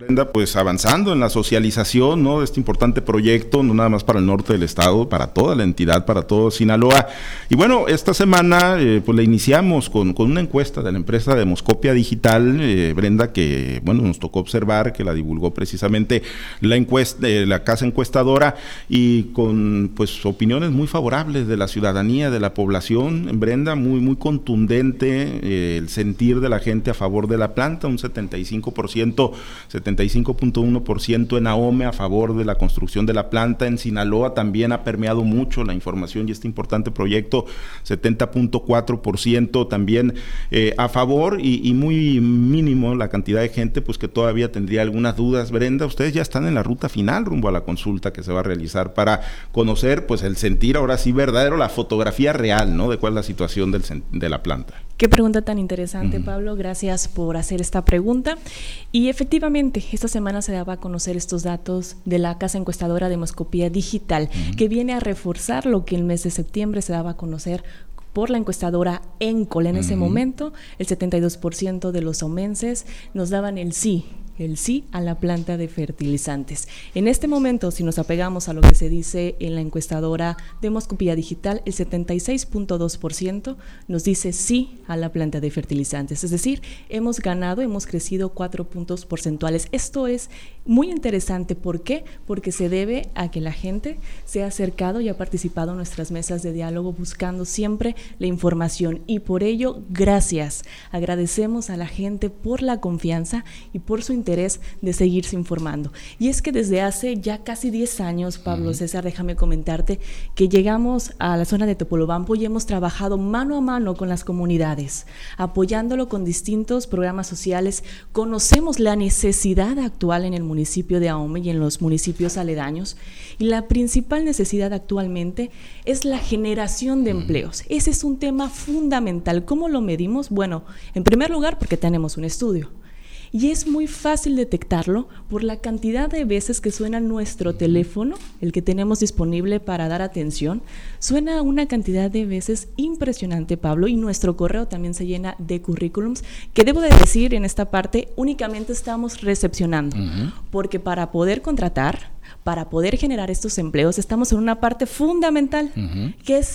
Brenda, pues avanzando en la socialización, ¿no?, de este importante proyecto, no nada más para el norte del estado, para toda la entidad, para todo Sinaloa. Y bueno, esta semana pues la iniciamos con una encuesta de la empresa Demoscopia Digital, Brenda, que bueno, nos tocó observar, que la divulgó precisamente la casa encuestadora, y con pues opiniones muy favorables de la ciudadanía, de la población, Brenda, muy contundente el sentir de la gente a favor de la planta, un 75.1% en Ahome a favor de la construcción de la planta. En Sinaloa también ha permeado mucho la información y este importante proyecto, 70.4% también a favor, y muy mínimo la cantidad de gente pues que todavía tendría algunas dudas. Brenda, ustedes ya están en la ruta final rumbo a la consulta que se va a realizar para conocer pues el sentir ahora sí verdadero, la fotografía real, ¿no?, de cuál es la situación de la planta. Qué pregunta tan interesante, Pablo. Gracias por hacer esta pregunta. Y efectivamente, esta semana se daba a conocer estos datos de la casa encuestadora Demoscopia Digital, que viene a reforzar lo que el mes de septiembre se daba a conocer por la encuestadora Encol. En ese momento, el 72% de los aumenses nos daban el sí a la planta de fertilizantes. En este momento, si nos apegamos a lo que se dice en la encuestadora Demoscopia Digital, el 76.2% nos dice sí a la planta de fertilizantes. Es decir, hemos crecido 4 puntos porcentuales. Esto es muy interesante. ¿Por qué? Porque se debe a que la gente se ha acercado y ha participado en nuestras mesas de diálogo buscando siempre la información, y por ello, agradecemos a la gente por la confianza y por su interés de seguirse informando. Y es que desde hace ya casi 10 años, Pablo César, déjame comentarte que llegamos a la zona de Topolobampo y hemos trabajado mano a mano con las comunidades, apoyándolo con distintos programas sociales. Conocemos la necesidad actual en el municipio de Ahome y en los municipios aledaños, y la principal necesidad actualmente es la generación de empleos. Ese es un tema fundamental. ¿Cómo lo medimos? Bueno, en primer lugar, porque tenemos un estudio. Y es muy fácil detectarlo por la cantidad de veces que suena nuestro teléfono, el que tenemos disponible para dar atención. Suena una cantidad de veces impresionante, Pablo, y nuestro correo también se llena de currículums, que debo de decir en esta parte, únicamente estamos recepcionando, porque para poder contratar, para poder generar estos empleos, estamos en una parte fundamental, que es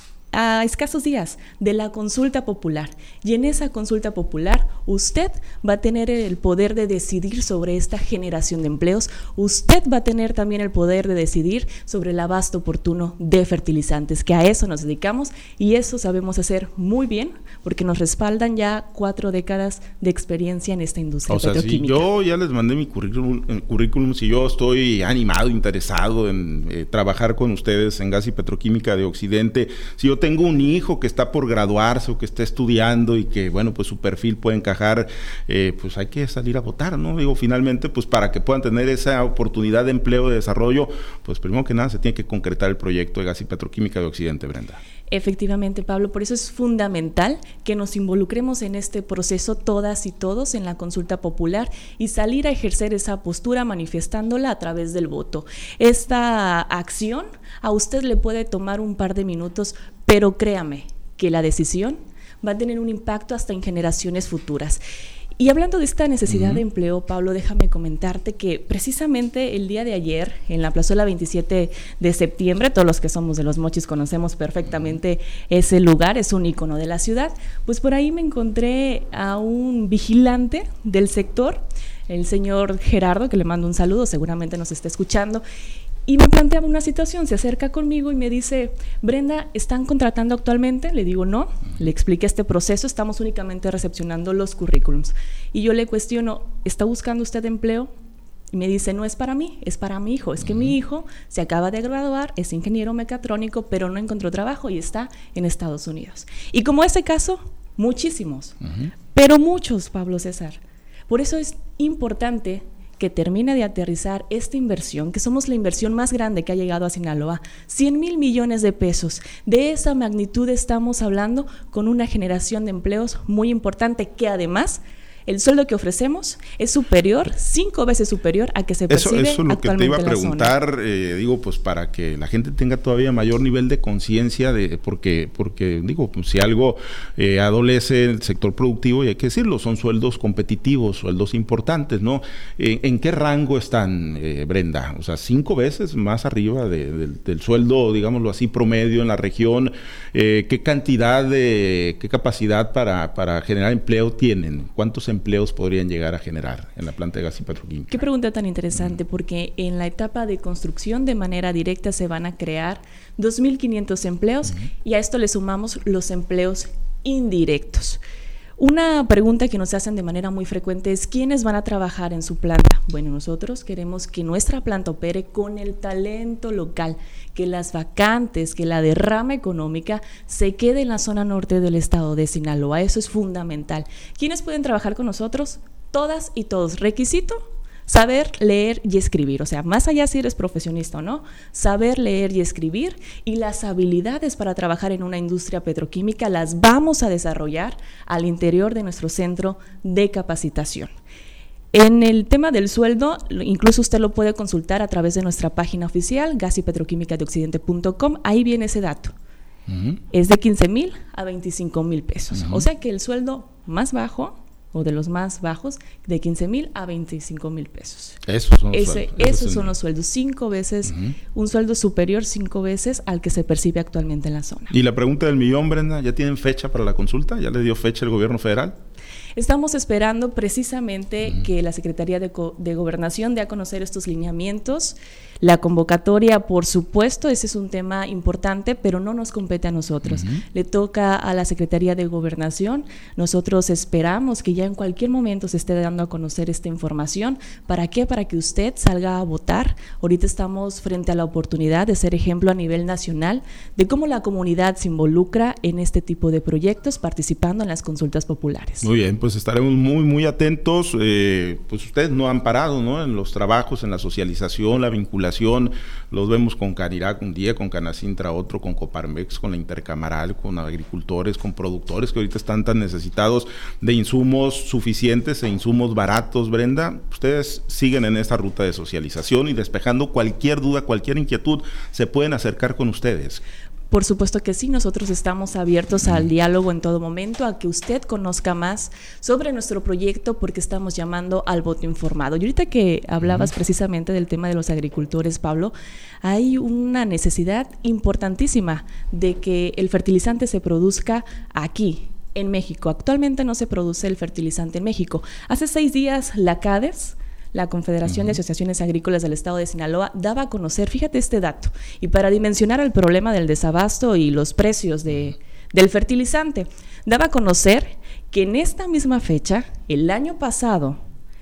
a escasos días de la consulta popular, y en esa consulta popular usted va a tener el poder de decidir sobre esta generación de empleos. Usted va a tener también el poder de decidir sobre el abasto oportuno de fertilizantes, que a eso nos dedicamos y eso sabemos hacer muy bien, porque nos respaldan ya 4 décadas de experiencia en esta industria petroquímica. Si yo ya les mandé mi currículum, si yo estoy animado, interesado en trabajar con ustedes en Gas y Petroquímica de Occidente, si yo tengo un hijo que está por graduarse o que está estudiando y que, bueno, pues su perfil puede encajar, pues hay que salir a votar, ¿no? Digo, finalmente, pues para que puedan tener esa oportunidad de empleo, de desarrollo, pues primero que nada se tiene que concretar el proyecto de Gas y Petroquímica de Occidente, Brenda. Efectivamente, Pablo, por eso es fundamental que nos involucremos en este proceso todas y todos en la consulta popular y salir a ejercer esa postura manifestándola a través del voto. Esta acción a usted le puede tomar un par de minutos, pero créame que la decisión va a tener un impacto hasta en generaciones futuras. Y hablando de esta necesidad de empleo, Pablo, déjame comentarte que precisamente el día de ayer, en la plazuela 27 de septiembre, todos los que somos de Los Mochis conocemos perfectamente ese lugar, es un ícono de la ciudad, pues por ahí me encontré a un vigilante del sector, el señor Gerardo, que le mando un saludo, seguramente nos está escuchando, y me planteaba una situación. Se acerca conmigo y me dice: Brenda, ¿están contratando actualmente? Le digo no, le expliqué este proceso, estamos únicamente recepcionando los currículums. Y yo le cuestiono: ¿está buscando usted empleo? Y me dice: no es para mí, es para mi hijo. Es que mi hijo se acaba de graduar, es ingeniero mecatrónico, pero no encontró trabajo y está en Estados Unidos. Y como ese caso, muchísimos, pero muchos, Pablo César. Por eso es importante que termine de aterrizar esta inversión, que somos la inversión más grande que ha llegado a Sinaloa, 100,000 millones de pesos. De esa magnitud estamos hablando, con una generación de empleos muy importante, que además el sueldo que ofrecemos es superior, 5 veces superior a que se percibe eso es lo que te iba a preguntar, pues para que la gente tenga todavía mayor nivel de conciencia, porque pues, si algo adolece el sector productivo, y hay que decirlo, son sueldos competitivos, sueldos importantes, ¿no? ¿En qué rango están, Brenda? O sea, 5 veces más arriba del sueldo, digámoslo así, promedio en la región. ¿Qué cantidad, qué capacidad para generar empleo tienen? ¿Cuántos empleos podrían llegar a generar en la planta de gas y petroquímica? Qué pregunta tan interesante, porque en la etapa de construcción de manera directa se van a crear 2.500 empleos y a esto le sumamos los empleos indirectos. Una pregunta que nos hacen de manera muy frecuente es ¿quiénes van a trabajar en su planta? Bueno, nosotros queremos que nuestra planta opere con el talento local, que las vacantes, que la derrama económica se quede en la zona norte del estado de Sinaloa. Eso es fundamental. ¿Quiénes pueden trabajar con nosotros? Todas y todos. Requisito: saber leer y escribir, o sea, más allá si eres profesionista o no, saber leer y escribir, y las habilidades para trabajar en una industria petroquímica las vamos a desarrollar al interior de nuestro centro de capacitación. En el tema del sueldo, incluso usted lo puede consultar a través de nuestra página oficial, gasypetroquimicadeoccidente.com, ahí viene ese dato. Es de 15,000 a 25,000 pesos, o sea que el sueldo más bajo, o de los más bajos, de 15,000 a 25,000 pesos. Esos son los sueldos, 5 veces, un sueldo superior 5 veces al que se percibe actualmente en la zona. Y la pregunta del millón, Brenda, ¿ya tienen fecha para la consulta? ¿Ya le dio fecha el gobierno federal? Estamos esperando precisamente que la Secretaría de Gobernación dé a conocer estos lineamientos. La convocatoria, por supuesto, ese es un tema importante, pero no nos compete a nosotros. Le toca a la Secretaría de Gobernación. Nosotros esperamos que ya en cualquier momento se esté dando a conocer esta información. ¿Para qué? Para que usted salga a votar. Ahorita estamos frente a la oportunidad de ser ejemplo a nivel nacional de cómo la comunidad se involucra en este tipo de proyectos, participando en las consultas populares. Muy bien, pues estaremos muy atentos. Pues ustedes no han parado, ¿no? En los trabajos, en la socialización, la vinculación. Los vemos con Canirac un día, con Canacintra otro, con Coparmex, con la Intercamaral, con agricultores, con productores que ahorita están tan necesitados de insumos suficientes e insumos baratos. Brenda, ustedes siguen en esta ruta de socialización y despejando cualquier duda, cualquier inquietud, se pueden acercar con ustedes. Por supuesto que sí, nosotros estamos abiertos al diálogo en todo momento, a que usted conozca más sobre nuestro proyecto, porque estamos llamando al voto informado. Y ahorita que hablabas precisamente del tema de los agricultores, Pablo, hay una necesidad importantísima de que el fertilizante se produzca aquí, en México. Actualmente no se produce el fertilizante en México. Hace 6 días la CADES, la Confederación de Asociaciones Agrícolas del Estado de Sinaloa, daba a conocer, fíjate este dato, y para dimensionar el problema del desabasto y los precios del fertilizante, daba a conocer que en esta misma fecha, el año pasado,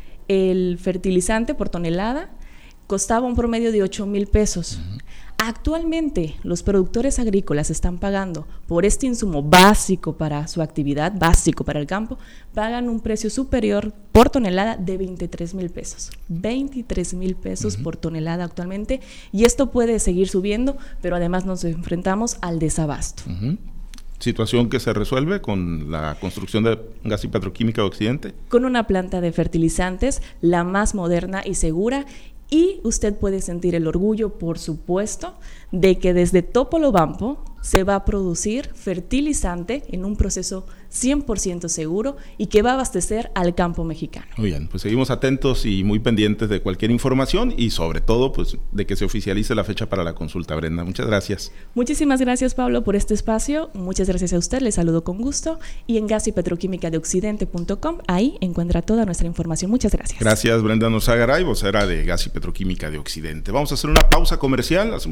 el fertilizante por tonelada costaba un promedio de 8,000 pesos. Actualmente los productores agrícolas están pagando por este insumo básico para su actividad, básico para el campo, pagan un precio superior por tonelada de 23,000 pesos. 23,000 pesos por tonelada actualmente, y esto puede seguir subiendo, pero además nos enfrentamos al desabasto. Situación que se resuelve con la construcción de Gas y Petroquímica de Occidente. Con una planta de fertilizantes, la más moderna y segura. Y usted puede sentir el orgullo, por supuesto, de que desde Topolobampo se va a producir fertilizante en un proceso 100% seguro y que va a abastecer al campo mexicano. Muy bien, pues seguimos atentos y muy pendientes de cualquier información y sobre todo pues de que se oficialice la fecha para la consulta. Brenda, muchas gracias. Muchísimas gracias, Pablo, por este espacio. Muchas gracias a usted, le saludo con gusto, y en gasypetroquimicadeoccidente.com ahí encuentra toda nuestra información. Muchas gracias. Gracias, Brenda Nosagaray, vocera de Gas y Petroquímica de Occidente. Vamos a hacer una pausa comercial.